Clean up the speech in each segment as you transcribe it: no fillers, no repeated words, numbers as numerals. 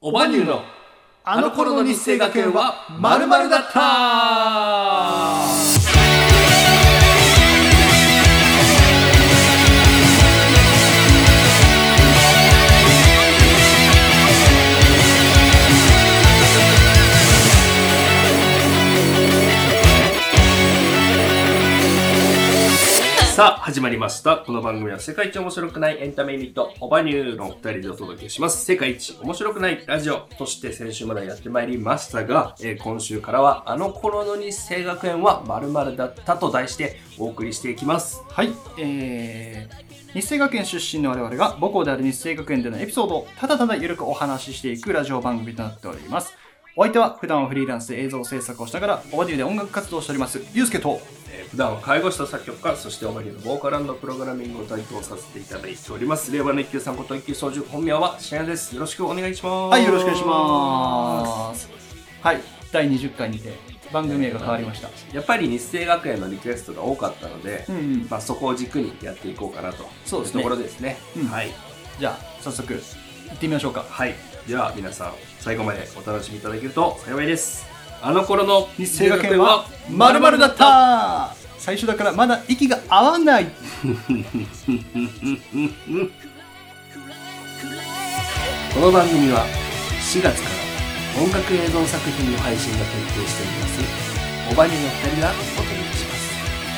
おばにゅうのあの頃の日生学園は〇〇だった。さあ始まりました。この番組は世界一面白くないエンタメユニットオバニューの2人でお届けします。世界一面白くないラジオとして先週までやってまいりましたが、今週からはあの頃の日生学園は〇〇だったと題してお送りしていきます。 はい、日生学園出身の我々が母校である日生学園でのエピソードをただただゆるくお話ししていくラジオ番組となっております。お相手は普段はフリーランスで映像制作をしながらオバニューで音楽活動をしておりますゆうすけと、 普段は介護士と作曲家、そしてオバニューのボーカル&プログラミングを担当させていただいております令和の一級さんこと一級操縦、本名はしんやです。よろしくお願いします。 はい、よろしくお願いします。はい、第20回にて番組名が変わりました。 やっぱり日生学園のリクエストが多かったので、そこを軸にやっていこうかなというところですね。はい、 じゃあ早速行ってみましょうか。 はい、では皆さん最後までお楽しみいただけると幸いです。あの頃の日生学園は〇〇だった。最初だからまだ息が合わない。この番組は4月から音楽映像作品の配信が決定しておりますオバニューの2人がお届けします。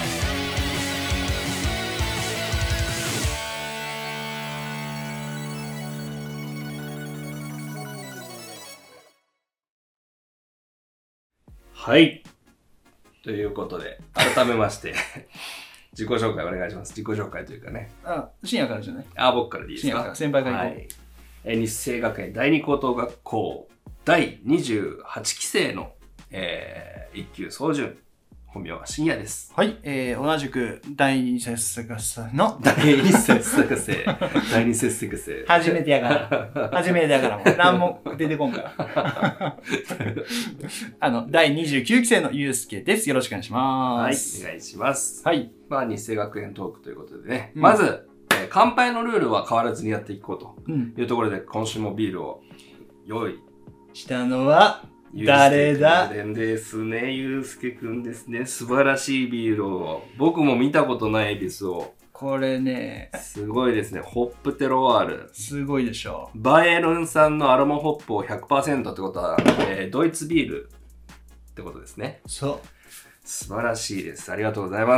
はい、ということで改めまして自己紹介お願いします。自己紹介というかね。 深夜からじゃない？ 僕からでいいですか？ 深夜から先輩から行こう。 はい、日生学園第二高等学校第28期生の、一級操縦、本名は深夜です。 はい、同じく第二節作生の第二節作生第二節作生初めてやからもう何も出てこんから第29期生のゆうすけです。よろしくお願いします。 はい、お願いします。 はい、 日生学園トークということでね、まず乾杯のルールは変わらずにやっていこうというところで、今週もビールを用意したのは誰だ？ ですね、ゆうすけくんですね。素晴らしいビールを、僕も見たことないですを。 これね、 すごいですね。ホップテロワール。 すごいでしょ。 バイエルン産のアロマホップを 100% ってことは、ドイツビールってことですね。 そう。 素晴らしいです。ありがとうございます。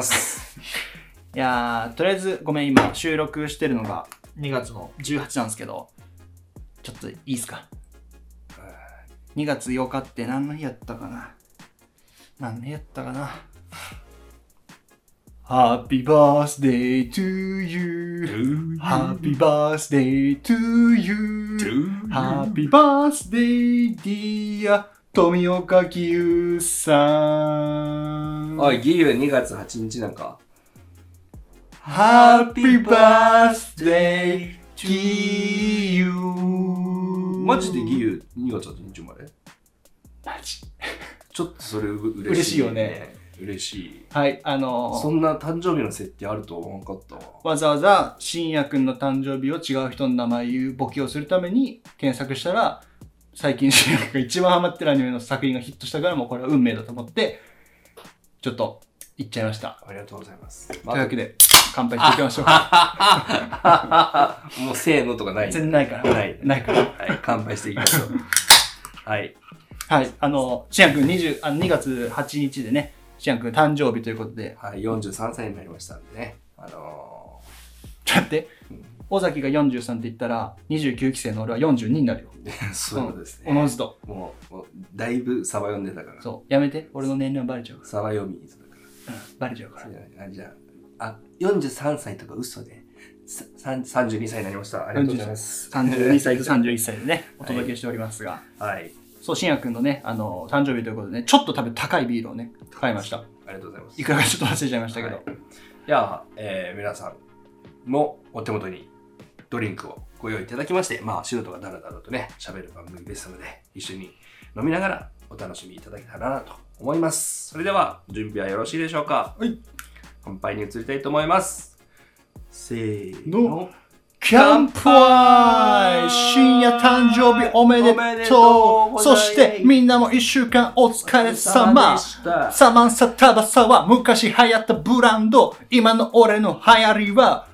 いやー、とりあえずごめん、今収録してるのが2月の18なんですけど、ちょっといいっすか？2月8日って何の日やったかな。Happy birthday to you Happy birthday to you Happy birthday dear 富岡きゆさん。 おい、義勇2月8日なんか。 Happy birthday to you。 マジで義勇2月8日生まれ？ マジちょっとそれ嬉しいよね。 嬉しい。 はい、 そんな誕生日の設定あるとは思わなかったわ。 わざわざ深夜くんの誕生日を違う人の名前言うボケをするために検索したら、最近深夜くんが一番ハマってるアニメの作品がヒットしたから、もうこれは運命だと思ってちょっと言っちゃいました。 ありがとうございます。 というわけで乾杯していきましょう。もうせーのとかない。 全然ないから。ないから。 はい、乾杯していきましょう。はい。 はい、しんやくん2月8日でね、しんやくん誕生日ということで。 はい、43歳になりましたんでね。 ちょっと待って。尾崎が43って言ったら、29期生の俺は42になるよ。 そうですね。 おのずと。 もう、だいぶサバ読んでたから。 そう。やめて。俺の年齢はバレちゃうから。 サバ読みだから。 バレちゃうから。 じゃあ、43歳とか嘘で。32歳になりました。ありがとうございます。 32歳と31歳でね、お届けしておりますが。 はい。 そう、しんやくんのね、誕生日ということでね、ちょっと多分高いビールをね、買いました。 ありがとうございます。 いくらかちょっと忘れちゃいましたけど。 では、皆さんもお手元にドリンクをご用意いただきまして、素人がだらだらとね、喋る番組ですので、一緒に飲みながらお楽しみいただけたらなと思います。それでは、準備はよろしいでしょうか？ はい。 乾杯に移りたいと思います。せーの。 乾杯深夜誕生日おめでとうそしてみんなも一週間お疲れ様サマンサタバサは昔流行ったブランド今の俺の流行りは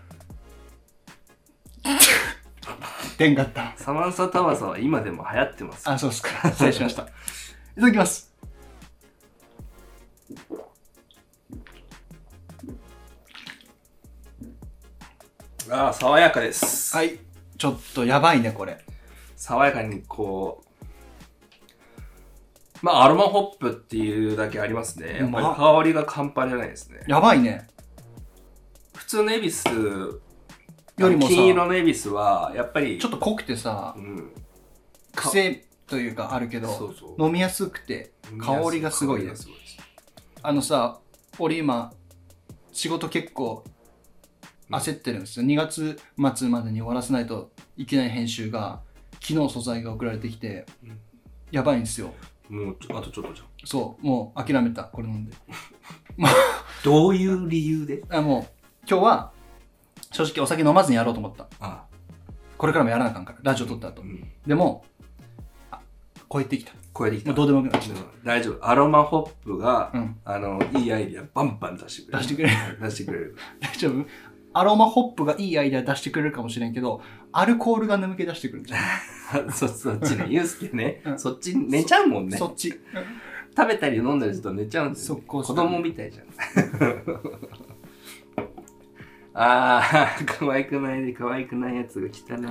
出んかったサマンサタバサは今でも流行ってます。 あ、そうですか。失礼しました。いただきます。 ああ、爽やかです。 はい。ちょっとやばいね、これ。 爽やかにこう、まあアロマホップっていうだけありますね。やっぱり香りが半端じゃないですね。 やばいね。 普通のエビスよりもさ、 金色のエビスはやっぱりちょっと濃くてさ、 うん、 癖というかあるけど、 そうそう飲みやすくて香りがすごいね。さ、俺今仕事結構焦ってるんですよ。2月末までに終わらせないといけない編集が昨日素材が送られてきて、やばいんですよ。 もうあとちょっとじゃん。 そう、もう諦めた、これ飲んで。 どういう理由で？ もう今日は正直お酒飲まずにやろうと思った。これからもやらなあかんから、ラジオ撮った後。でも、超えてきた。 超えてきた。 もうどうでもよくなっちゃった。 大丈夫。アロマホップが、いいアイディアバンバン出してくれる。出してくれる。 大丈夫？アロマホップがいいアイディア出してくれるかもしれんけど、アルコールが眠気出してくるんじゃん。 そっちね。ユースケね、そっち寝ちゃうもんね。 そっち。 食べたり飲んだりすると寝ちゃうんですよ。子供みたいじゃん。可愛くないで可愛くないやつが来たな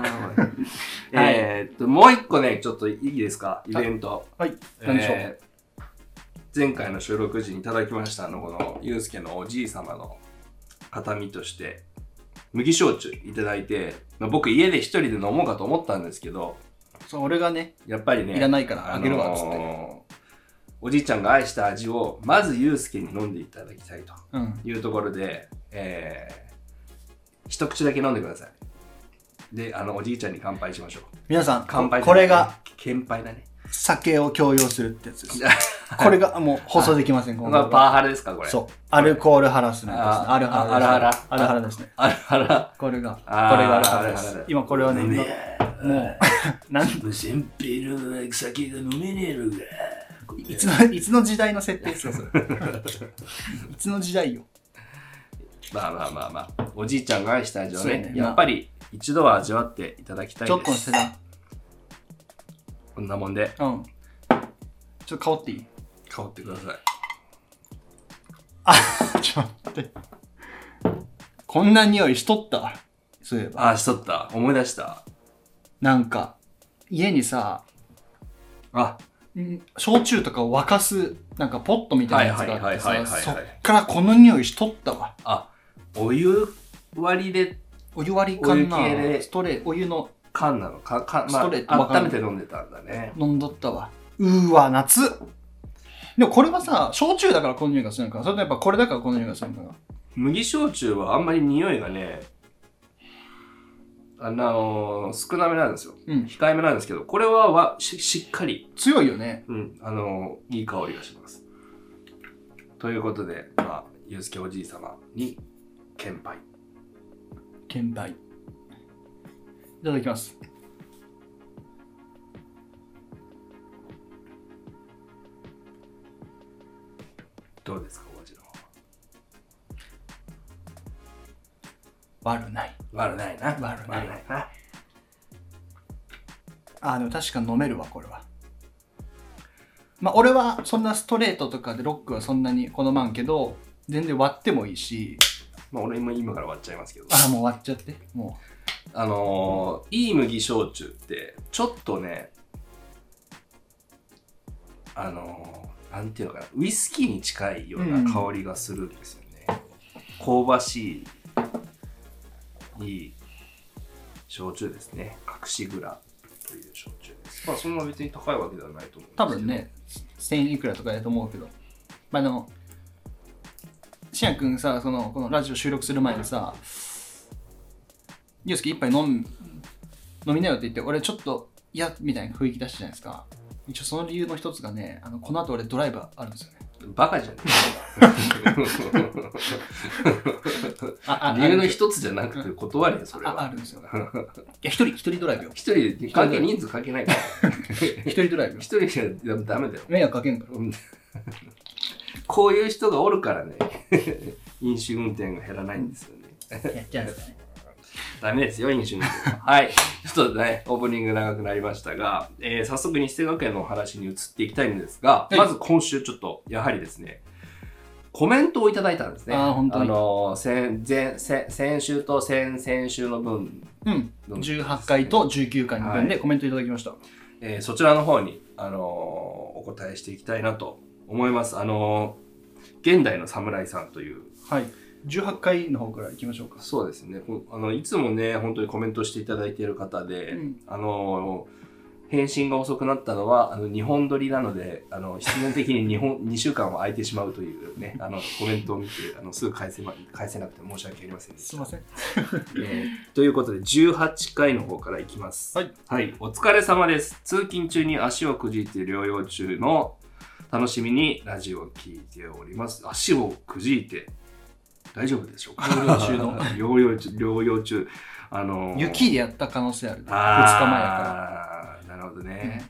もう一個ね、ちょっといいですか？イベント。 はい。何でしょう？ 前回の収録時にいただきましたこのゆうすけのおじい様の形見として麦焼酎いただいて、僕家で一人で飲もうかと思ったんですけど、 そう、俺がね、 やっぱりね、 いらないからあげるわっつって。 おじいちゃんが愛した味をまずゆうすけに飲んでいただきたいというところで、一口だけ飲んでください。で、おじいちゃんに乾杯しましょう。 皆さん、 乾杯。 これが乾杯だね。 酒を強要するってやつです。これがもう放送できません。 パワハラですかこれ？ そう。アルコールハラスメントですね。アルハラですね。 アルハラ。 これがアルハラです。今これはね、もうなん先輩の酒が飲めねえのか。 いつの時代の設定ですかそれ。いつの時代よ。 まあおじいちゃんが愛した味をね、やっぱり一度は味わっていただきたいです。 ちょっとしてた。 こんなもんで。 ちょっと香っていい？ 香ってください。 ちょっと待って。こんな匂いしとった。そういえば。 しとった。思い出した。 なんか、家にさ、焼酎とかを沸かす、なんかポットみたいなやつがあってさ、そっからこの匂いしとったわ。 お湯割りで。 お湯割りかな？お湯の。 缶なのか、 ストレート、 温めて飲んでたんだね。 飲んどったわ。夏。でもこれはさ、焼酎だからこの匂いがするのかな？それとやっぱこれだからこの匂いがするのかな？ 麦焼酎はあんまり匂いがね、少なめなんですよ。控えめなんですけど、これはしっかり。 強いよね。 いい香りがします。ということで、ゆうすけおじい様に、乾杯。 乾杯。いただきます。 どうですか、お味の方は。悪ない。 悪ないな。 でも確か飲めるわ、これは。俺はそんなストレートとかでロックはそんなに好まんけど、全然割ってもいいし。 俺今から割っちゃいますけど。 もう割っちゃって。もう。 いい麦焼酎ってちょっとねなんていうのかな、ウイスキーに近いような香りがするんですよね。香ばしいいい焼酎ですね。隠し蔵という焼酎です。そんな別に高いわけではないと思うんですけど、 多分ね1000いくらとかだと思うけど、しやくんさ、このラジオ収録する前にさ、ゆうすけ一杯飲みなよって言って、俺ちょっと嫌みたいな雰囲気出したじゃないですか。一応その理由の一つがね、この後俺ドライブあるんですよね。 バカじゃん。理由の一つじゃなくて断れよ、それは。 あるんですよ。いや、一人ドライブよ。 一人で人数関係ないから。 一人ドライブよ。 一人じゃダメだよ。 迷惑かけんから。 こういう人がおるからね、飲酒運転が減らないんですよね。 やっちゃうんですかね。 ダメですよ、飲酒運転は。はい。ちょっとね、オープニング長くなりましたが、早速日生学園のお話に移っていきたいんですが、まず今週ちょっと、やはりですね、コメントをいただいたんですね。 本当に。 先週と先々週の分。 18回と19回の分でコメントいただきました。 そちらの方に、お答えしていきたいなと思います。現代の侍さんという。 はい。18回の方から行きましょうか。 そうですね。いつもね、本当にコメントしていただいている方で、返信が遅くなったのは、2本撮りなので、必然的に2週間は空いてしまうというね、コメントを見て、すぐ返せなくて申し訳ありませんでした。 すいません。 ということで、18回の方からいきます。 はい。 はい。お疲れ様です。通勤中に足をくじいて療養中の楽しみにラジオを聞いております。足をくじいて、大丈夫でしょうか？ 療養中の。 療養中。 雪でやった可能性ある。2日前やから。なるほどね。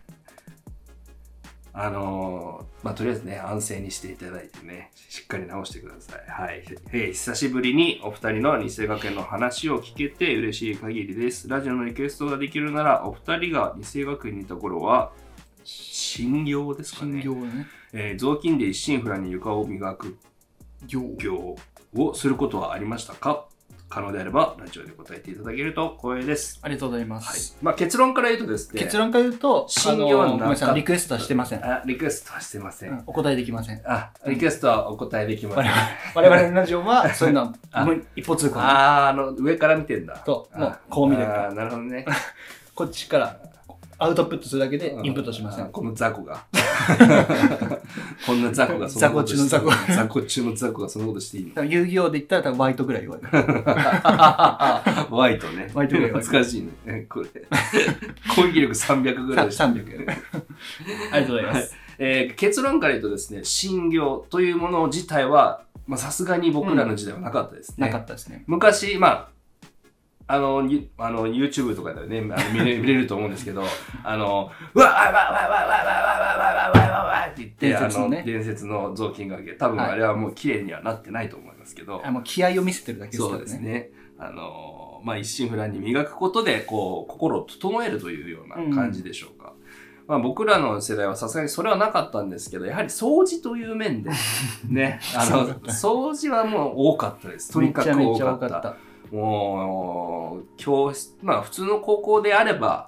とりあえずね、安静にしていただいてね、しっかり直してください。はい。久しぶりにお二人の日生学園の話を聞けて嬉しい限りです。ラジオのリクエストができるなら、お二人が日生学園にいた頃は、診療ですかね。 診療ね。 雑巾で一心不乱に床を磨く業をすることはありましたか？可能であればラジオで答えていただけると光栄です。 ありがとうございます。 はい。結論から言うとですね。 結論から言うと、 診療はごめんなさい、リクエストはしてません。 リクエストはしてません。 お答えできません。 リクエストはお答えできません。 我々のラジオは、そういうのは一歩通行。 上から見てんだ。 そう、もうこう見てるから。 なるほどね。 こっちからアウトプットするだけでインプットしません。 この雑魚が。こんな雑魚がそんなことしていい。雑魚中の雑魚がそんなことしていいの？ 遊戯王で言ったら多分ワイトぐらい弱い。 ワイトね。 ワイトぐらい弱い。 難しいね。これ。攻撃力300ぐらい。 300。ありがとうございます。 結論から言うとですね、診療というもの自体は、さすがに僕らの時代はなかったですね。 なかったですね。 昔、YouTube とかでね、見れると思うんですけど、うわわわわわわわわわわわって言って、伝説の雑巾掛け。多分あれはもう綺麗にはなってないと思いますけど。 もう気合を見せてるだけですからね。 そうですね。一心不乱に磨くことで、心を整えるというような感じでしょうか。僕らの世代はさすがにそれはなかったんですけど、やはり掃除という面で、ね、掃除はもう多かったです。とにかく多かった。もう、教室、普通の高校であれば、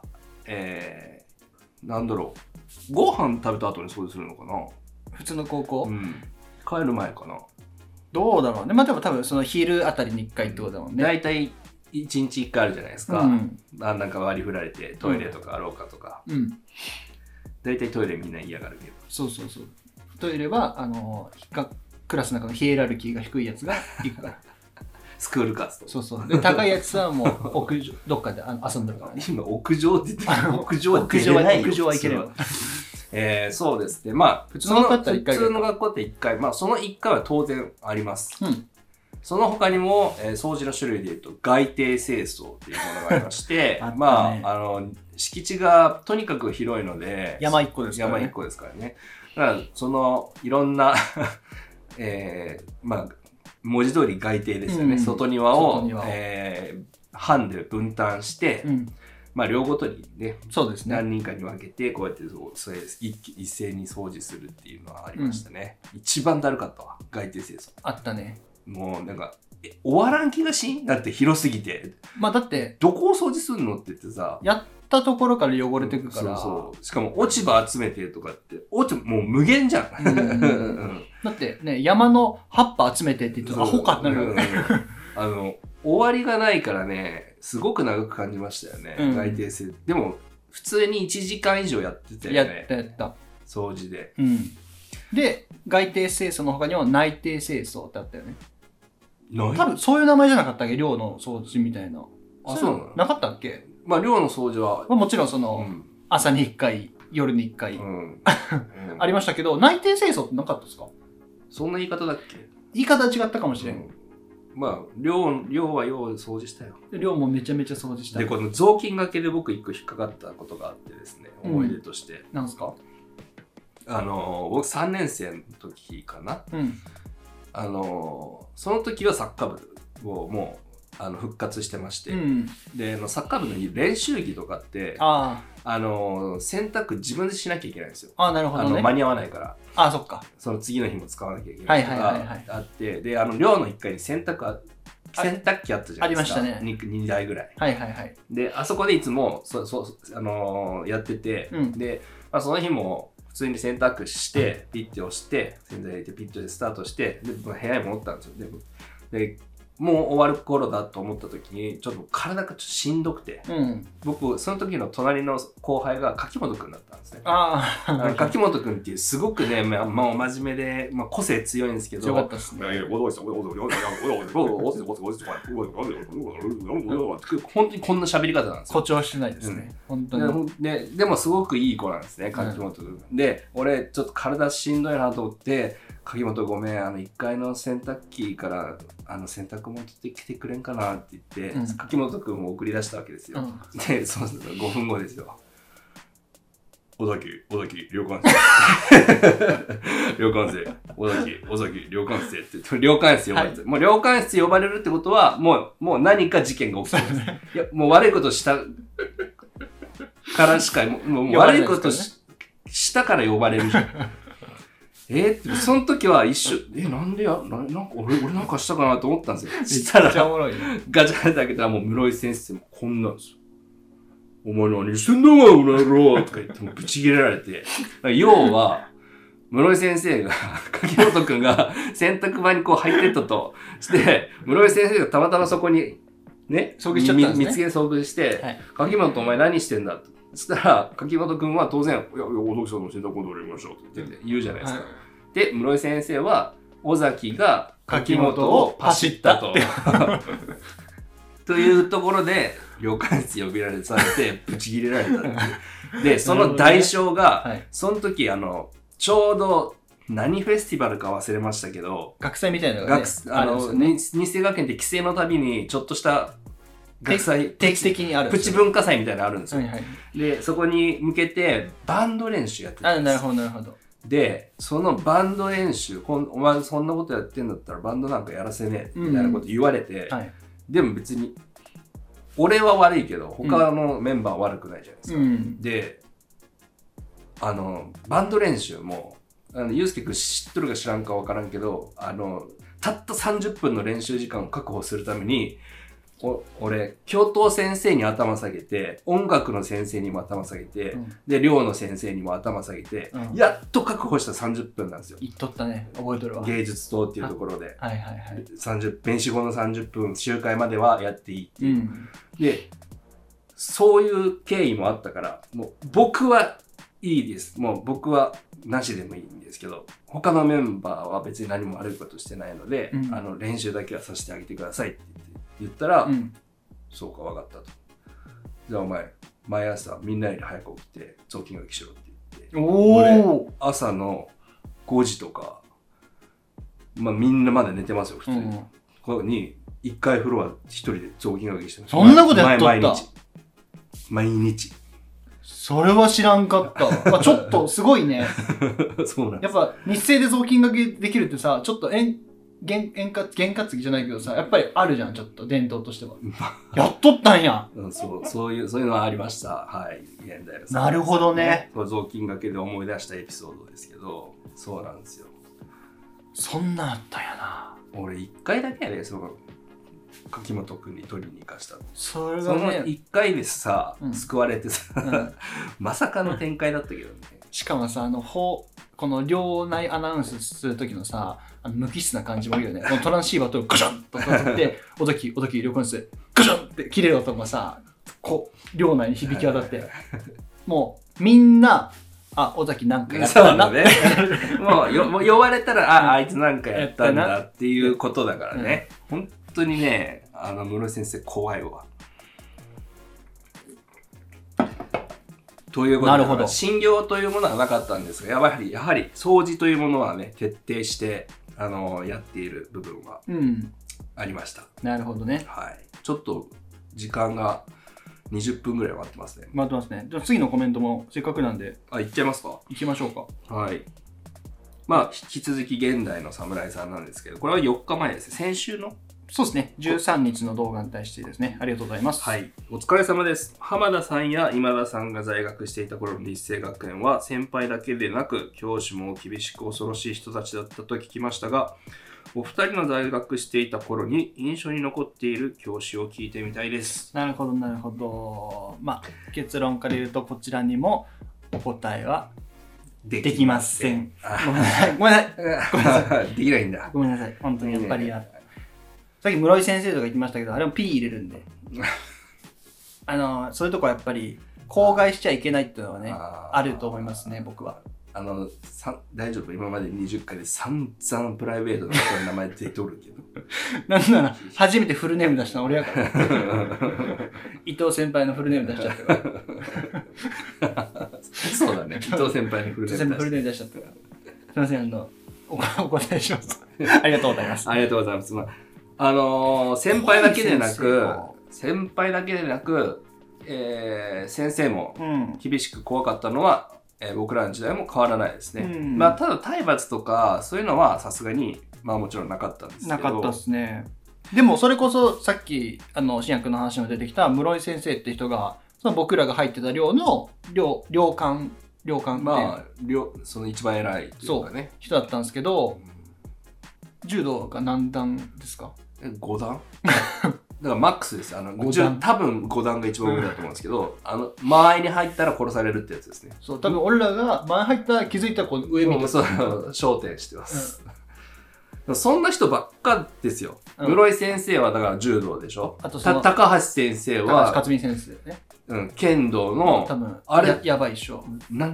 ご飯食べた後に掃除するのかな？ 普通の高校？ 帰る前かな？ どうだろうね。でも多分その昼あたりに1回ってことだもんね。 大体1日1回あるじゃないですか。なんか割り振られて、トイレとか廊下とか。大体トイレみんな嫌がるけど。 そう。トイレは、クラスの中のヒエラルキーが低いやつが行くから。 スクール活動。 そう。で、高いやつはもう屋上、どっかで遊んでるからね。 今、屋上って言ってる。屋上は行ければ。 そうですね。 普通の学校だったら1回。 普通の学校って1回。その1回は当然あります。その他にも、掃除の種類で言うと、外邸清掃っていうものがありまして、敷地がとにかく広いので、 山1個ですからね。 山1個ですからね。だから、いろんな、文字通り外邸ですよね。外庭を、班で分担して、寮ごとにね、 そうですね。 何人かに分けて、こうやって一斉に掃除するっていうのはありましたね。一番だるかったわ、外邸清掃。 あったね。 もう終わらん気がしん？だって広すぎて。 だって、 どこを掃除するのって言ってさ。 やったところから汚れてくから。 そう。しかも落ち葉集めてとかって、もう無限じゃん。 だってね、山の葉っぱ集めてって言ってアホかってなるよね。 終わりがないからね、すごく長く感じましたよね。外邸清掃。でも、普通に1時間以上やってたよね。 やった。 掃除で。 で、外邸清掃の他には内邸清掃ってあったよね。 多分そういう名前じゃなかったっけ？寮の掃除みたいな。 そうなの？ なかったっけ？ 寮の掃除は。 もちろん朝に1回、夜に1回。ありましたけど、内邸清掃ってなかったですか？ そんな言い方だっけ？ 言い方違ったかもしれん。 まあ、量はよう掃除したよ。 量もめちゃめちゃ掃除した。 で、この雑巾がけで僕一個引っかかったことがあってですね、思い出として。 なんすか？ 僕3年生の時かな。 うん。 その時はサッカー部をもう、復活してまして、でサッカー部の練習着とかって洗濯自分でしなきゃいけないんですよ。 なるほどね。 間に合わないから。 そっか。 その次の日も使わなきゃいけないとかあって、で寮の1階に洗濯機あったじゃないですか。 ありましたね。 2台ぐらい。 はいはいはい。 であそこでいつもやってて、で、その日も普通に洗濯してピッて押して洗剤入れてピッてでスタートしてで部屋に戻ったんですよ。でもう終わる頃だと思った時にちょっと体がちょっとしんどくて、僕その時の隣の後輩が柿本くんだったんですね。柿本くんっていうすごくね、真面目で、個性強いんですけど、 強かったですね。 本当にこんな喋り方なんですよ。 誇張してないですね。本当に。 でもすごくいい子なんですね、柿本くん。で、俺ちょっと体しんどいなと思って、柿本ごめん、1階の洗濯機から洗濯物取ってきてくれんかなって言って、柿本くんを送り出したわけですよ。で、そうすると5分後ですよ。尾崎、寮管生。寮管生、尾崎、寮管生って、寮管室呼ばれて、もう寮管室呼ばれるってことは、もう何か事件が起きてるんです。いや、もう悪いことしたからしか、もう悪いことしたから呼ばれるじゃん。ってその時は一瞬なんでなんか俺なんかしたかなと思ったんですよ。したらガチャって開けたらもう室井先生もこんなんですよ。お前何してんだお前この野郎とか言ってもブチ切れられて、要は室井先生が柿本くんが洗濯場にこう入ってったとして室井先生がたまたまそこにね遭遇しちゃったんですね。 見つけ遭遇して、柿本お前何してんだと。そしたら柿本くんは当然「いや尾崎さんの洗濯物取りましょう」って言うじゃないですか。で室井先生は尾崎が柿本をパシったと。というところで寮管室呼びられされてブチ切れられたっていう。でその代償が、その時ちょうど何フェスティバルか忘れましたけど、 学祭みたいなのがね、 日生学園って帰省のたびにちょっとした学祭定期的にあるプチ文化祭みたいなのあるんですよ。でそこに向けてバンド練習やってたんです。 なるほど。 でそのバンド練習お前そんなことやってんだったらバンドなんかやらせねえみたいなこと言われて、でも別に俺は悪いけど他のメンバーは悪くないじゃないですか。でバンド練習もゆうすけくん知っとるか知らんか分からんけどたった30分の練習時間を確保するために俺教頭先生に頭下げて音楽の先生にも頭下げて、で寮の先生にも頭下げて、やっと確保した30分なんですよ。 言っとったね、覚えとるわ。 芸術棟っていうところで弁士後の30分集会まではやっていいっていう、でそういう経緯もあったからもう僕はいいです、もう僕はなしでもいいんですけど他のメンバーは別に何も悪いことしてないので、練習だけはさせてあげてくださいって言ったら、そうか分かったと。じゃあお前毎朝みんなより早く起きて雑巾がけしろって言って、俺朝の5時とかみんなまだ寝てますよ普通に、ここに1回フロア一人で雑巾がけしてます。 そんなことやっとった？ 毎日。 それは知らんかった。ちょっとすごいね。 そうなんです。 やっぱ日生で雑巾がけできるってさ、ちょっと験担ぎじゃないけどさ、やっぱりあるじゃん、ちょっと伝統としては。やっとったんや。 そういうのはありました。はい。現代の。 なるほどね。 雑巾がけで思い出したエピソードですけど、そうなんですよ。 そんなあったんやな。 俺1回だけやで、柿本くんに取りに行かした。 それがね、 その1回でさ、救われてさ、まさかの展開だったけどね。 しかもさ、この寮内アナウンスする時のさ、無機質な感じもいいよね。このトランシーバーとガシャンとかって、尾崎、寮管室でガシャンって切れる音がさ、寮内に響き渡って、もうみんな、尾崎なんかやったんだね。 もう呼ばれたら、あいつなんかやったんだっていうことだからね。本当にね、室井先生怖いわ。ということで、診療というものはなかったんですが、やはり掃除というものはね、徹底してやっている部分はうん。 ありました。 なるほどね。 はい。ちょっと時間が20分ぐらい待ってますね。 待ってますね。じゃあ次のコメントもせっかくなんで、 あ、いっちゃいますか？ 行きましょうか。 はい。まあ、引き続き現代の侍さんなんですけど、これは4日前ですね。先週の。 そうですね。13日の動画に対してですね。ありがとうございます。 はい。お疲れ様です。浜田さんや今田さんが在学していた頃の立成学園は、先輩だけでなく、教師も厳しく恐ろしい人たちだったと聞きましたが、お二人の在学していた頃に印象に残っている教師を聞いてみたいです。 なるほど、なるほど。まあ、結論から言うと、こちらにもお答えはできません。ごめんなさい。ごめんなさい。ごめんなさい。 できないんだ。 ごめんなさい。本当にやっぱりさっき室井先生とか言ってましたけど、あれも P 入れるんで。そういうとこはやっぱり、口外しちゃいけないっていうのはね、あると思いますね、僕は。 大丈夫？今まで20回で散々プライベートの人の名前出ておるけど。 なんなら、初めてフルネーム出したの俺やから。伊藤先輩のフルネーム出しちゃったから。 そうだね。伊藤先輩のフルネーム出しちゃったから。すいません、お答えします。ありがとうございます。 ありがとうございます。先輩だけでなく、先生も厳しく怖かったのは、僕らの時代も変わらないですね。まあ、ただ体罰とかそういうのはさすがに、まあもちろんなかったんですけど。 なかったですね。でもそれこそさっき新薬の話も出てきた室井先生って人が、その僕らが入ってた寮の寮監まあその一番偉いっていうかね、 人だったんですけど、柔道が何段ですか ？5段だからマックスです。多分5段が一番上だと思うんですけど、間合いに入ったら殺されるってやつですね。 そう、多分俺らが間合い入ったら気づいたらこう上見てそう、焦点してます。そんな人ばっかですよ。室井先生はだから柔道でしょ。あと高橋先生は勝見先生ね。 剣道の多分あれやばいっしょ。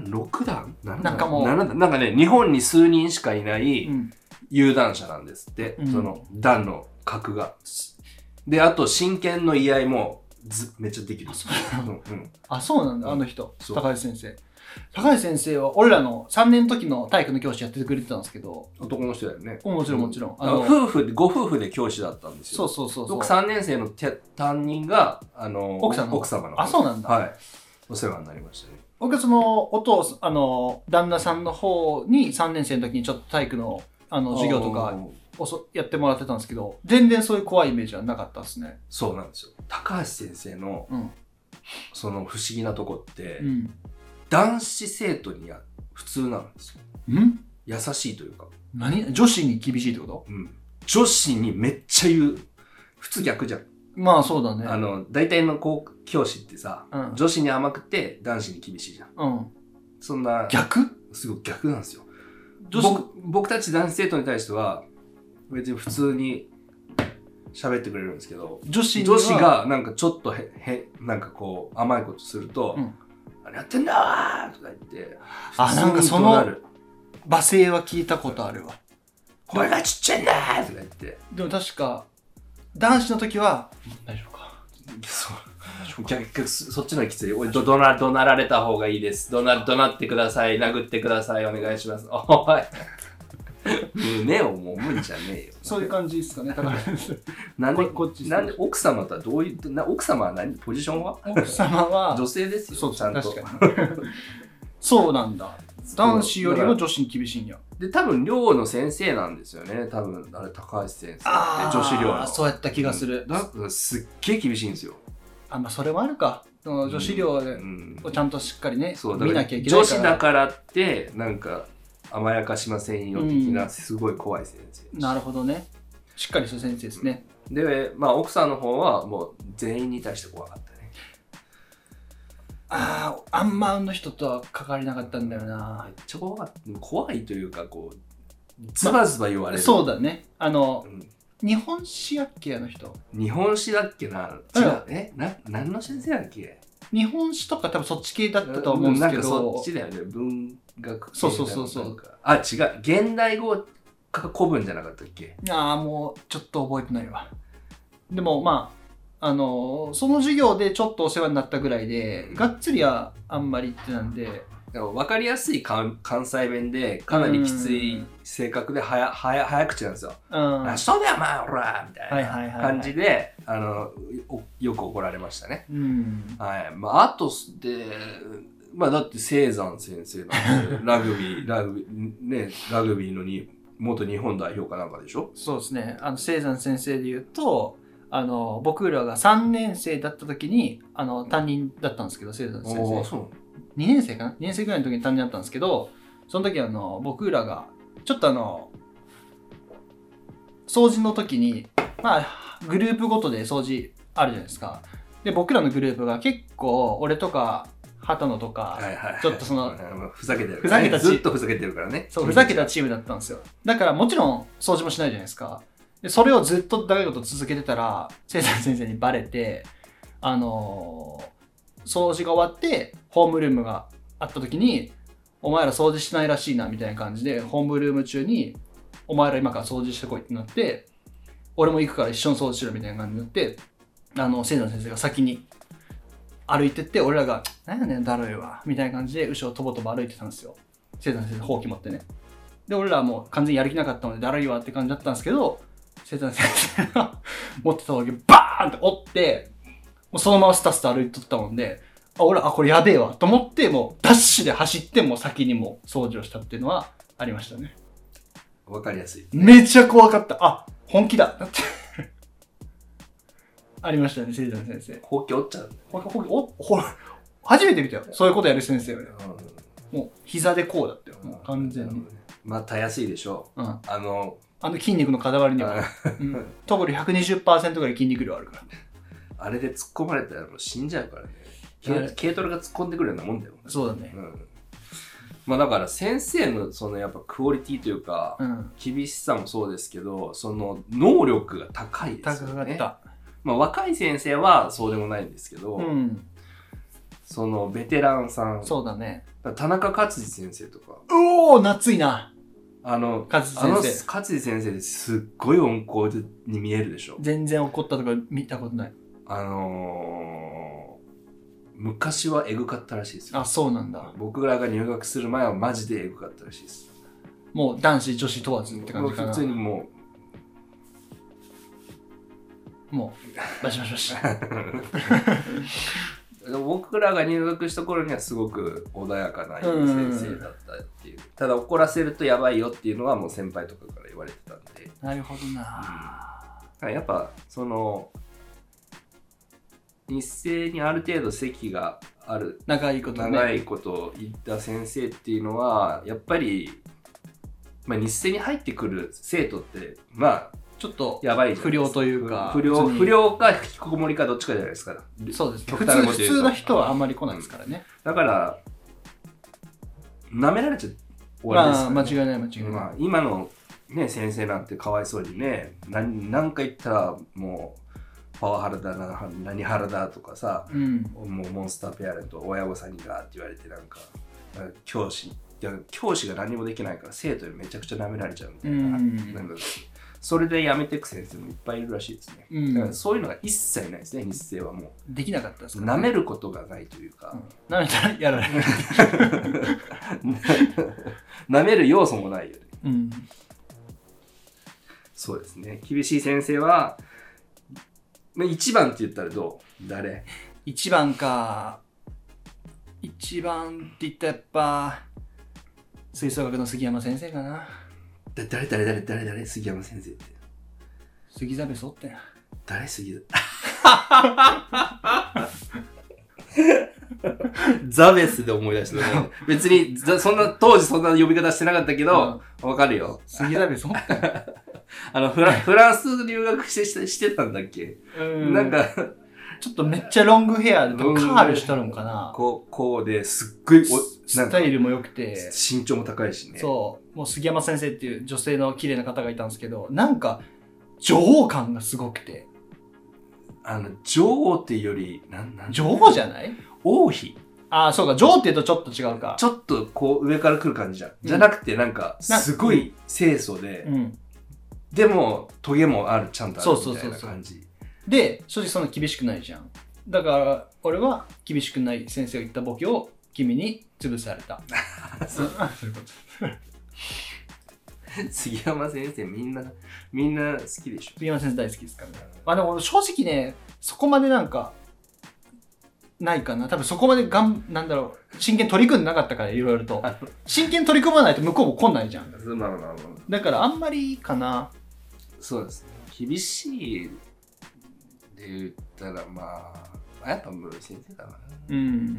6段？ なんかもうなんかね、日本に数人しかいない有段者なんですって。その段の格が。で、あと真剣の居合もめっちゃできる。 あ、そうなんだ、あの人。高橋先生。高橋先生は俺らの3年の時の体育の教師やってくれてたんですけど、 男の人だよね。 もちろんもちろん。 ご夫婦で教師だったんですよ。 そう。 僕3年生の担任が奥様の。 あ、そうなんだ。 はい。お世話になりましたね。 僕その旦那さんの方に3年生の時にちょっと体育の授業とかやってもらってたんですけど、全然そういう怖いイメージはなかったですね。 そうなんですよ。高橋先生の、その不思議なとこって、男子生徒には普通なんですよ。優しいというか。 女子に厳しいってこと？ 女子にめっちゃ言う。普通逆じゃん。 まあそうだね。 大体の教師ってさ、女子に甘くて男子に厳しいじゃん。そんな。 逆？ すごい逆なんですよ。僕たち男子生徒に対しては、別に普通に喋ってくれるんですけど、女子がなんかちょっとなんかこう甘いことすると、何やってんだーとか言って、 なんかその罵声は聞いたことあるわ。 これがちっちゃいんだーとか言って。 でも確か、男子の時は、大丈夫か。 そっちのきつい。怒鳴られた方がいいです。怒鳴ってください。殴ってください。お願いします。おい。胸をもむんじゃねえよ。 そういう感じですかね。 なんで奥様とはどういう、奥様は何ポジションは？ 奥様は女性ですよ。 そう、 ちゃんと。 確かに。そうなんだ。男子よりも女子に厳しいんや。 で、多分寮の先生なんですよね。多分あれ高橋先生って女子寮の。 そうやった気がする。 すっげえ厳しいんですよ。 まあそれもあるか。女子寮をちゃんとしっかりね、見なきゃいけないから。 女子だからってなんか甘やかしませんよ的なすごい怖い先生。 なるほどね。しっかりした先生ですね。 で、まあ奥さんの方はもう全員に対して怖かったね。 あんまの人とは関わりなかったんだよな。 めっちゃ怖いというかこうズバズバ言われる。 そうだね。日本史やっけあの人。 日本史だっけな。違う。何の先生だっけ？ 日本史とか多分そっち系だったと思うんですけど。 なんかそっちだよね。文学系。 そう。 違う。現代語か古文じゃなかったっけ？ もうちょっと覚えてないわ。でもまあその授業でちょっとお世話になったぐらいで、がっつりはあんまりってなんで、 でも分かりやすい関西弁でかなりきつい性格で早口なんですよ。そうだよ、まあ、ほらみたいな感じで、よく怒られましたね。はい。まあ、あとで、まあ、だって、青山先生なんで、ラグビーの元日本代表かなんかでしょ？ そうですね。青山先生で言うと、僕らが3年生だった時に、担任だったんですけど、青山先生。 そう。 2年生かな ?2 年生ぐらいの時に担任だったんですけど、その時僕らが、ちょっと掃除の時に、まあ、グループごとで掃除あるじゃないですか。で、僕らのグループが結構、俺とか、畑野とか、ちょっとふざけてる。ずっとふざけてるからね。 そう、ふざけたチームだったんですよ。だからもちろん掃除もしないじゃないですか。で、それをずっと長いこと続けてたら、青山先生にバレて、掃除が終わって、ホームルームがあった時に、お前ら掃除しないらしいな、みたいな感じで、ホームルーム中に、お前ら今から掃除してこいってなって、俺も行くから一緒に掃除しろ、みたいな感じになって、青山先生が先に歩いてって、俺らが、なんやねん、だるいわ、みたいな感じで、後ろとぼとぼ歩いてたんですよ。青山先生、ほうき持ってね。で、俺らはもう完全にやる気なかったので、だるいわって感じだったんですけど、青山先生が持ってた時、バーンって折って、もうそのままスタスタ歩いとったもんで、俺、これやべえわと思って、もうダッシュで走って、もう先にもう掃除をしたっていうのはありましたね。 わかりやすい。 めっちゃ怖かった。本気だって。ありましたね、青山先生。 ほうき折っちゃう。 初めて見たよ。そういうことやる先生は。もう膝でこうだったよ。もう完全に。 まあ、たやすいでしょう。 筋肉の塊には。特に 120% ぐらい筋肉量あるから。 あれで突っ込まれたらもう死んじゃうからね。軽トラが突っ込んでくるようなもんだよ。 そうだね。 まあだから先生のやっぱクオリティというか、厳しさもそうですけど、その能力が高いですよね。 高かった。 まあ若い先生はそうでもないんですけど、そのベテランさん。 そうだね。 田中克司先生とか。 夏いな。勝司先生ですっごい温厚に見えるでしょ。 全然怒ったとか見たことない。 昔はエグかったらしいですよ。 そうなんだ。 僕らが入学する前はマジでエグかったらしいです。 もう男子女子問わずって感じかな。 普通にもうバシバシバシ。 僕らが入学した頃にはすごく穏やかないい先生だったっていう。ただ怒らせるとやばいよっていうのはもう先輩とかから言われてたんで。 なるほどな。 やっぱその日生にある程度席がある長いこと言った先生っていうのはやっぱり、まあ、日生に入ってくる生徒ってまあちょっとやばい不良というか不良か引きこもりかどっちかじゃないですか。 そうですね。普通の人はあんまり来ないですからね。 だから舐められちゃ終わりですからね。 間違いない。 まあ、今のね先生なんてかわいそうにね何か言ったらもうパワハラだ何ハラだとかさ、もうモンスターペアレント親御さんにがって言われてなんか教師が何もできないから生徒にめちゃくちゃ舐められちゃうみたいな、なんかそれで辞めていく先生もいっぱいいるらしいですね。だからそういうのが一切ないですね。日生はもうできなかったですか、 舐めることがないというか、 舐めたらやられる。 舐める要素もないよね。そうですね。厳しい先生は1番って言ったら誰 ?1 番か。1番って言ったらやっぱ吹奏楽の杉山先生かな。 誰杉山先生って。 杉ザベソって誰杉ザベスで思い出したね。別に当時そんな呼び方してなかったけど、わかるよ。 杉ザベソフランス留学してたんだっけ。なんかちょっとめっちゃロングヘアでカールしとるんかな。 こうですっごいスタイルも良くて身長も高いしね。 そう、もう杉山先生っていう女性の綺麗な方がいたんですけど、なんか女王感がすごくて。 女王っていうより女王じゃない？ 王妃。 そうか、女王って言うとちょっと違うか。 ちょっとこう上から来る感じじゃん。じゃなくてなんかすごい清楚で、でもトゲもある、ちゃんとあるみたいな感じ。 で、正直そんな厳しくないじゃん。だから俺は厳しくない先生が言ったボケを君に潰された。そういうこと。 杉山先生みんな好きでしょ。 杉山先生大好きですからね。まあでも正直ね、そこまでなんかないかな。多分そこまでなんだろう、真剣取り組んでなかったから、いろいろと。真剣取り組まないと向こうも来ないじゃん。だからあんまりかな。 そうですね。厳しいで言ったらまあやっぱ室井先生だな。 うん。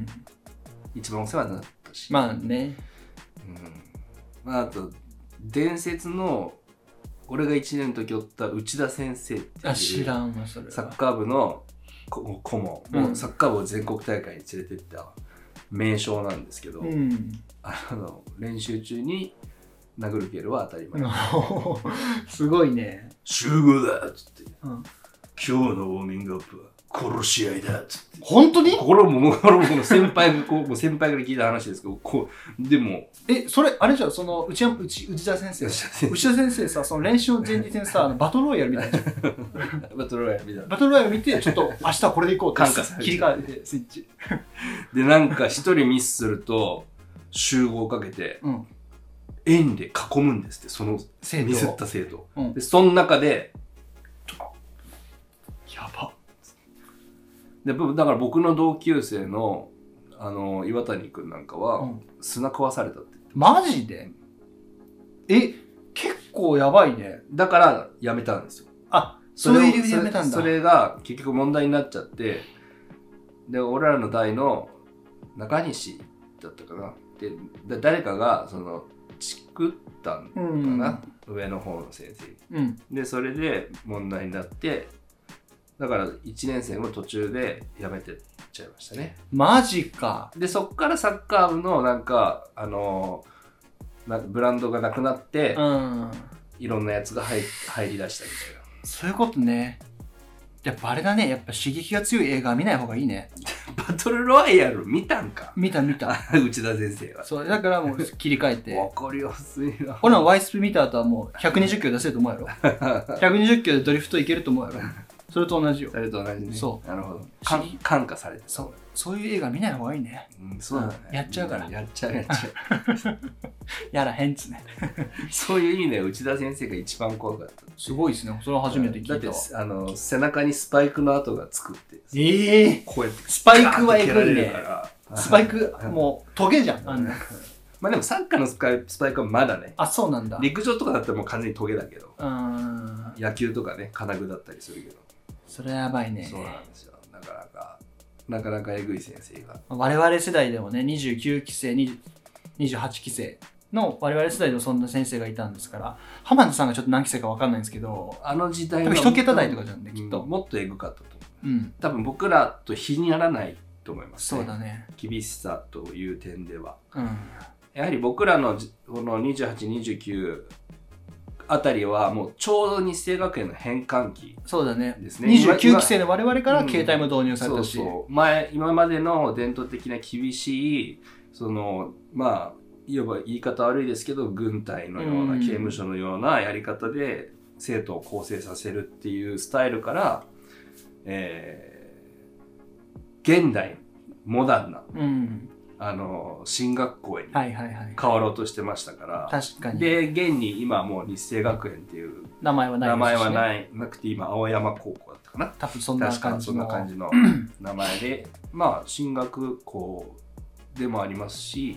一番お世話になったし。 まあね。 まああと伝説の俺が1年の時おった内田先生っていう知らんわそれは。 サッカー部の顧問、もうサッカー部を全国大会に連れてった名将なんですけど、練習中に殴る蹴るは当たり前。 すごいね。 集合だっつって、今日のウォーミングアップは殺し合いだっつって。 本当に？ これも先輩がもう先輩から聞いた話ですけど、でもそれあれじゃん、その内田先生さ、その練習の前日にさバトルロイヤルみたいなバトルロイヤルみたいな。 バトルロイヤル見てちょっと明日はこれでいこうって感化されて切り替えてスイッチでなんか一人ミスすると集合かけて、円で囲むんですって、そのミスった生徒、でその中でやばでだから僕の同級生の岩谷くんなんかは、砂食わされたって。 マジで？結構やばいね。 だからやめたんですよ。 そういう理由でやめたんだ。 それが結局問題になっちゃって、で俺らの代の中西だったかなで誰かがそのチクったんかな、上の方の先生、でそれで問題になって、だから1年生も途中で辞めてっちゃいましたね。 マジか。 でそっからサッカー部のなんかブランドがなくなって、いろんなやつが入りだしたみたいな。 そういうことね。やっぱあれだね、やっぱ刺激が強い映画は見ない方がいいね。 バトルロワイヤル見たんか？ 見た。内田先生は。 そう、だからもう切り替えて。 わかりやすいな。 俺らワイスピ見た後はもう120キロ出せると思うやろ。120キロでドリフトいけると思うやろ。それと同じよ。 それと同じね。 そう。 なるほど。感化されて。 そういう映画見ない方がいいね。 そうだね。 やっちゃうから。 やっちゃう。 やらへんっつね。そういう意味で内田先生が一番怖かった。 すごいですね。それは初めて聞いたわ。 だって背中にスパイクの跡がつくって。こうやって。 スパイクはエグいね。スパイク、もうトゲじゃん。まあでもサッカーのスパイクはまだね。 そうなんだ。 陸上とかだったらもう完全にトゲだけど。野球とかね、金具だったりするけど。 それはやばいね。 そうなんですよ。なかなかえぐい先生が。 我々世代でもね、29期生、28期生の我々世代でもそんな先生がいたんですから、浜田さんがちょっと何期生か分かんないんですけど、 あの時代の一桁台とかじゃんね、きっと。 もっとえぐかったと思う。多分僕らと比にならないと思います、 そうだね。 厳しさという点では。やはり僕らのこの28、29あたりはもうちょうど日生学園の変換期ですね。 そうだね。29期生の我々から携帯も導入されたし、 今までの伝統的な厳しいいわば言い方悪いですけど軍隊のような刑務所のようなやり方で生徒を構成させるっていうスタイルから、現代モダンな、進学校へ変わろうとしてましたから、 確かに。 で現に今はもう日生学園っていう名前はなくて今青山高校だったかな。 多分そんな感じの名前で進学校でもありますし、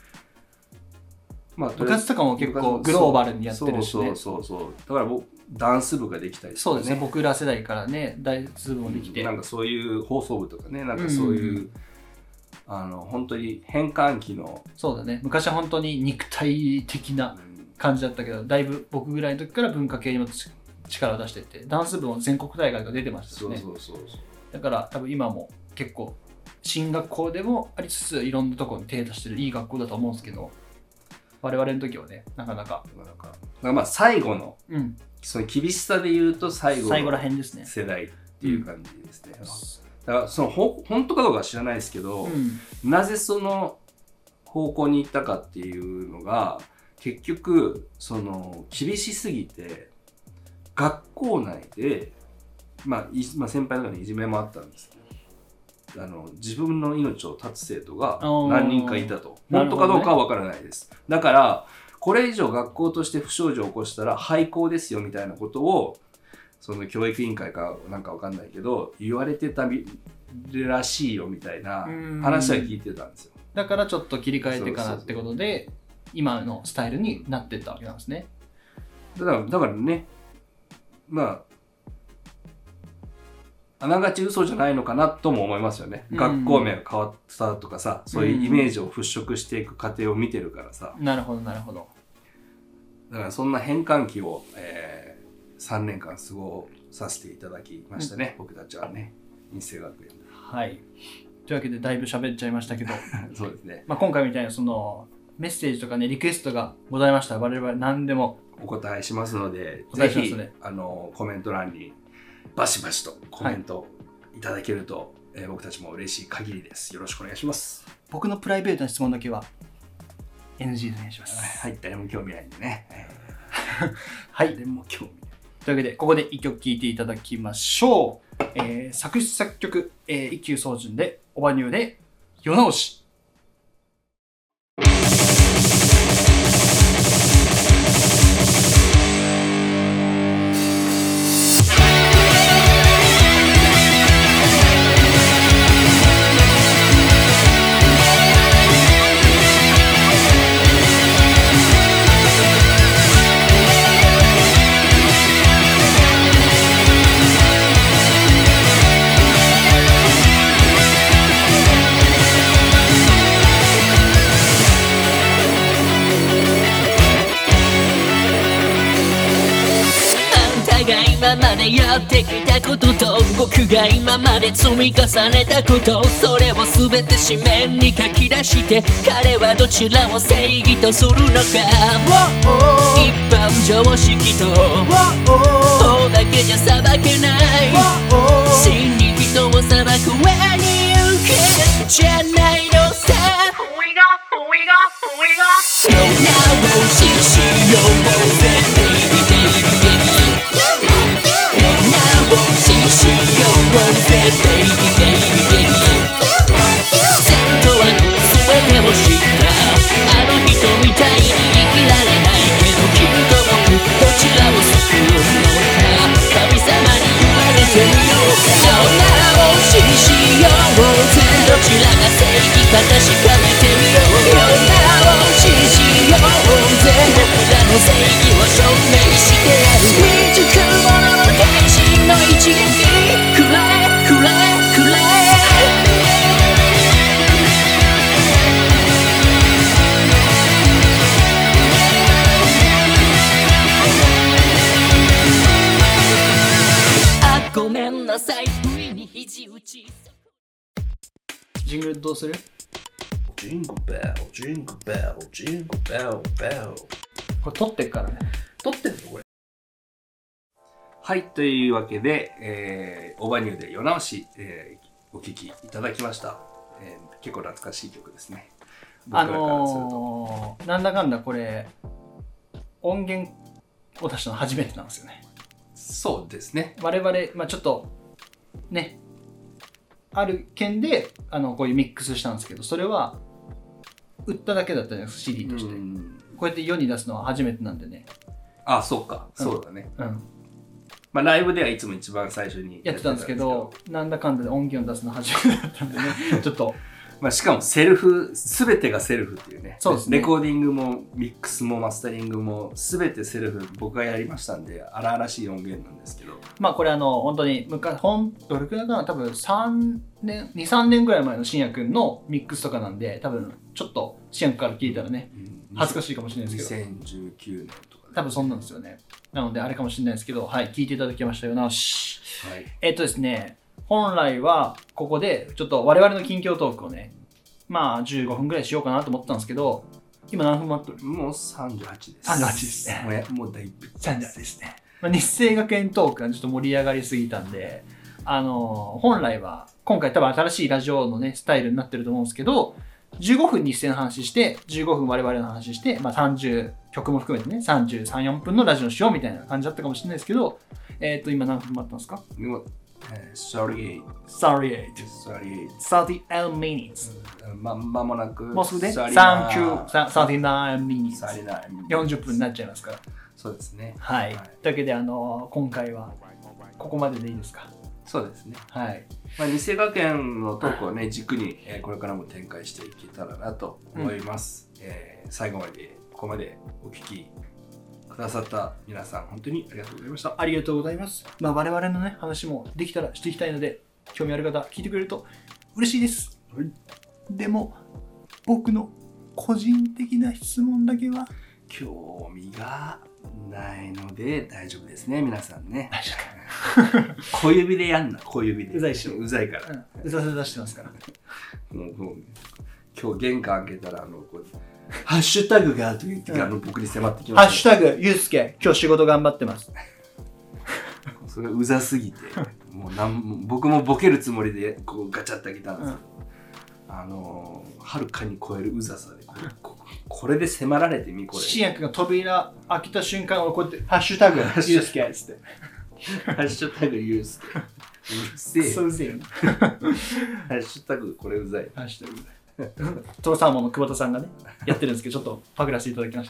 部活とかも結構グローバルにやってるしね。 そうだからダンス部ができたりそうですね。僕ら世代からね、ダンス部もできて、 なんかそういう放送部とかね、なんかそういう本当に変換期の、 そうだね。昔は本当に肉体的な感じだったけど、だいぶ僕ぐらいの時から文化系にも力を出してって、ダンス部も全国大会が出てましたしね。だから多分今も結構進学校でもありつついろんなところに手出してるいい学校だと思うんですけど、我々の時はね、なかなか最後の、その厳しさで言うと最後の世代っていう感じですね。だからその本当かどうかは知らないですけど、なぜその方向に行ったかっていうのが結局その厳しすぎて学校内で先輩の中にいじめもあったんですね。 自分の命を絶つ生徒がおー何人かいたと。 なるほどね本当かどうかはわからないです。だから、これ以上学校として不祥事を起こしたら廃校ですよみたいなことを、その教育委員会かなんかわかんないけど、言われてたらしいよみたいな話は聞いてたんですよ。 だからちょっと切り替えてからってことで、今のスタイルになってったわけなんですね。 だからね、まあ、あながち嘘じゃないのかなとも思いますよね。学校名が変わったとかさ、そういうイメージを払拭していく過程を見てるからさ。 なるほど、なるほど。 だからそんな変換期を、3年間過ごさせていただきましたね、僕たちはね、日生学園で。 はい。というわけでだいぶ喋っちゃいましたけど、 そうですね。 まあ今回みたいなそのメッセージとかね、リクエストがございましたら我々何でもお答えしますので、 お答ぜひえしますねコメント欄にバシバシとコメントいただけると、僕たちも嬉しい限りです。よろしくお願いします。 僕のプライベートな質問だけは NG でお願いします。 はい、誰も興味ないんでね。 はい。 誰も興味ない。 というわけで、ここで一曲聴いていただきましょう。作詞作曲、一休宗純で、オバニューで、世直し。 今までやってきたことと僕が今まで積み重ねたこと、それを全て紙面に書き出して、彼はどちらを正義とするのか。一般常識と法だけじゃ裁けない、真に人を裁く上に行けじゃないのさ。世直ししようぜジングルどうする？ ジングベル、ジングベル、ジングベル、ベル。 これ撮ってっからね。 撮ってんのこれ。はい、というわけで、オバニューで世直し、お聴きいただきました。結構懐かしい曲ですね。僕らからするとなんだかんだこれ音源を出したの初めてなんですよね。 そうですね。 我々、まあ、ちょっとねある件でこういうミックスしたんですけど、それは売っただけだったんです CD として。こうやって世に出すのは初めてなんでね。 あ、そうか、そうだね。 うん。 まあライブではいつも一番最初にやってたんですけど、なんだかんだで音源を出すの初めてだったんでねちょっとまあしかもセルフ、全てがセルフっていうね。 そうですね。 レコーディングもミックスもマスタリングも全てセルフ、僕がやりましたんで、荒々しい音源なんですけど。 まあこれ本当に昔、どれくらいかな、多分2、3年ぐらい前の信也くんのミックスとかなんで、多分ちょっと信也くんから聞いたらね、恥ずかしいかもしれないですけど。 2019年とか、ね。 多分そんなんですよね。なのであれかもしれないですけど、はい、聞いていただきましたよなし。 はい。 ですね、本来はここでちょっと我々の近況トークをね、まあ15分ぐらいしようかなと思ったんですけど、今何分待ってる？ もう38です。 38ですね。 もうだいぶ。 38ですね。まあ、日生学園トークがちょっと盛り上がりすぎたんで、本来は今回多分新しいラジオのね、スタイルになってると思うんですけど、15分日生の話して、15分我々の話して、まあ30、曲も含めてね、33、4分のラジオしようみたいな感じだったかもしれないですけど、今何分待ったんですか？ 38 38 minutes まもなくもうすぐで 39 39 minutes 39 40分になっちゃいますから。 そうですね。 はい。というわけで今回はここまででいいですか。 そうですね。 はい。 まあ、日生学園のトークをね、軸に、これからも展開していけたらなと思います。最後まで、ここまでお聞きくださった皆さん、本当にありがとうございました。 ありがとうございます。まあ我々のね、話もできたらしていきたいので、興味ある方、聞いてくれると嬉しいです。 はい、 でも、僕の個人的な質問だけは、 興味がないので大丈夫ですね、皆さんね。小指でやんな、小指で。 うざいっしょ。 うざいから。 うざさ出してますから。 もう今日玄関開けたら、ハッシュタグがと言って僕に迫ってきました。 ハッシュタグ、ゆうすけ、今日仕事頑張ってます。 それがうざすぎて、もう僕もボケるつもりでガチャって開けたんですけど、はるかに超えるうざさで、これで迫られてみ、これ。 シアン君が扉開けた瞬間、こうやって、ハッシュタグ、ゆうすけっつって。 ハッシュタグユースケ。うるせえ。 そううぜえよ。 ハッシュタグこれうざい。 ハッシュタグうざい。トロサーモンの久保田さんがね、やってるんですけど、ちょっとパクらせていただきました。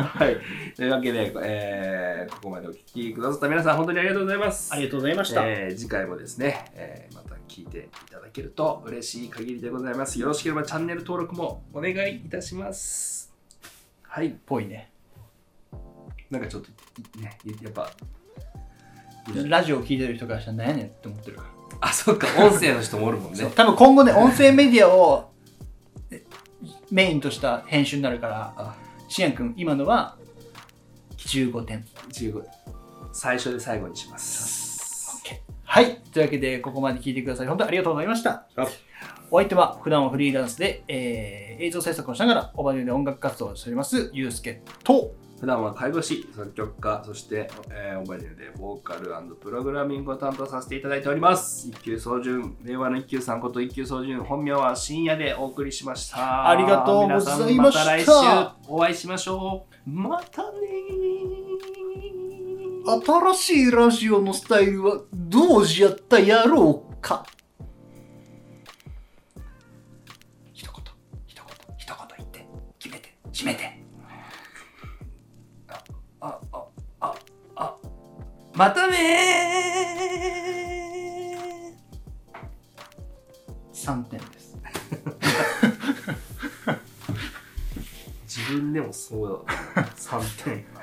はい。というわけで、ここまでお聞きくださった皆さん、本当にありがとうございます。 ありがとうございました。 次回もですね、また聞いていただけると嬉しい限りでございます。よろしければチャンネル登録もお願いいたします。はい。 ぽいね。 なんかちょっとね、やっぱ、 ラジオを聞いてる人からしたら何やねんって思ってるから。 あ、そっか、音声の人もおるもんね。 多分今後ね、音声メディアをメインとした編集になるから、シアン君、今のは15点。 15。最初で最後にします。 OK。はい。というわけで、ここまで聞いてください。本当にありがとうございました。お相手は、普段はフリーランスで、映像制作をしながら、オバニューで音楽活動をしております、ゆうすけと、 普段は介護士、作曲家、そして、オバニューでボーカル&プログラミングを担当させていただいております。一級宗純、令和の一級さんこと一級宗純、本名は深夜でお送りしました。 ありがとうございました。 皆さんまた来週お会いしましょう。またねー。新しいラジオのスタイルはどうじゃったやろうか。一言言って、決めて、締めて。 またねー。3点です。 自分でもそうだ。3点。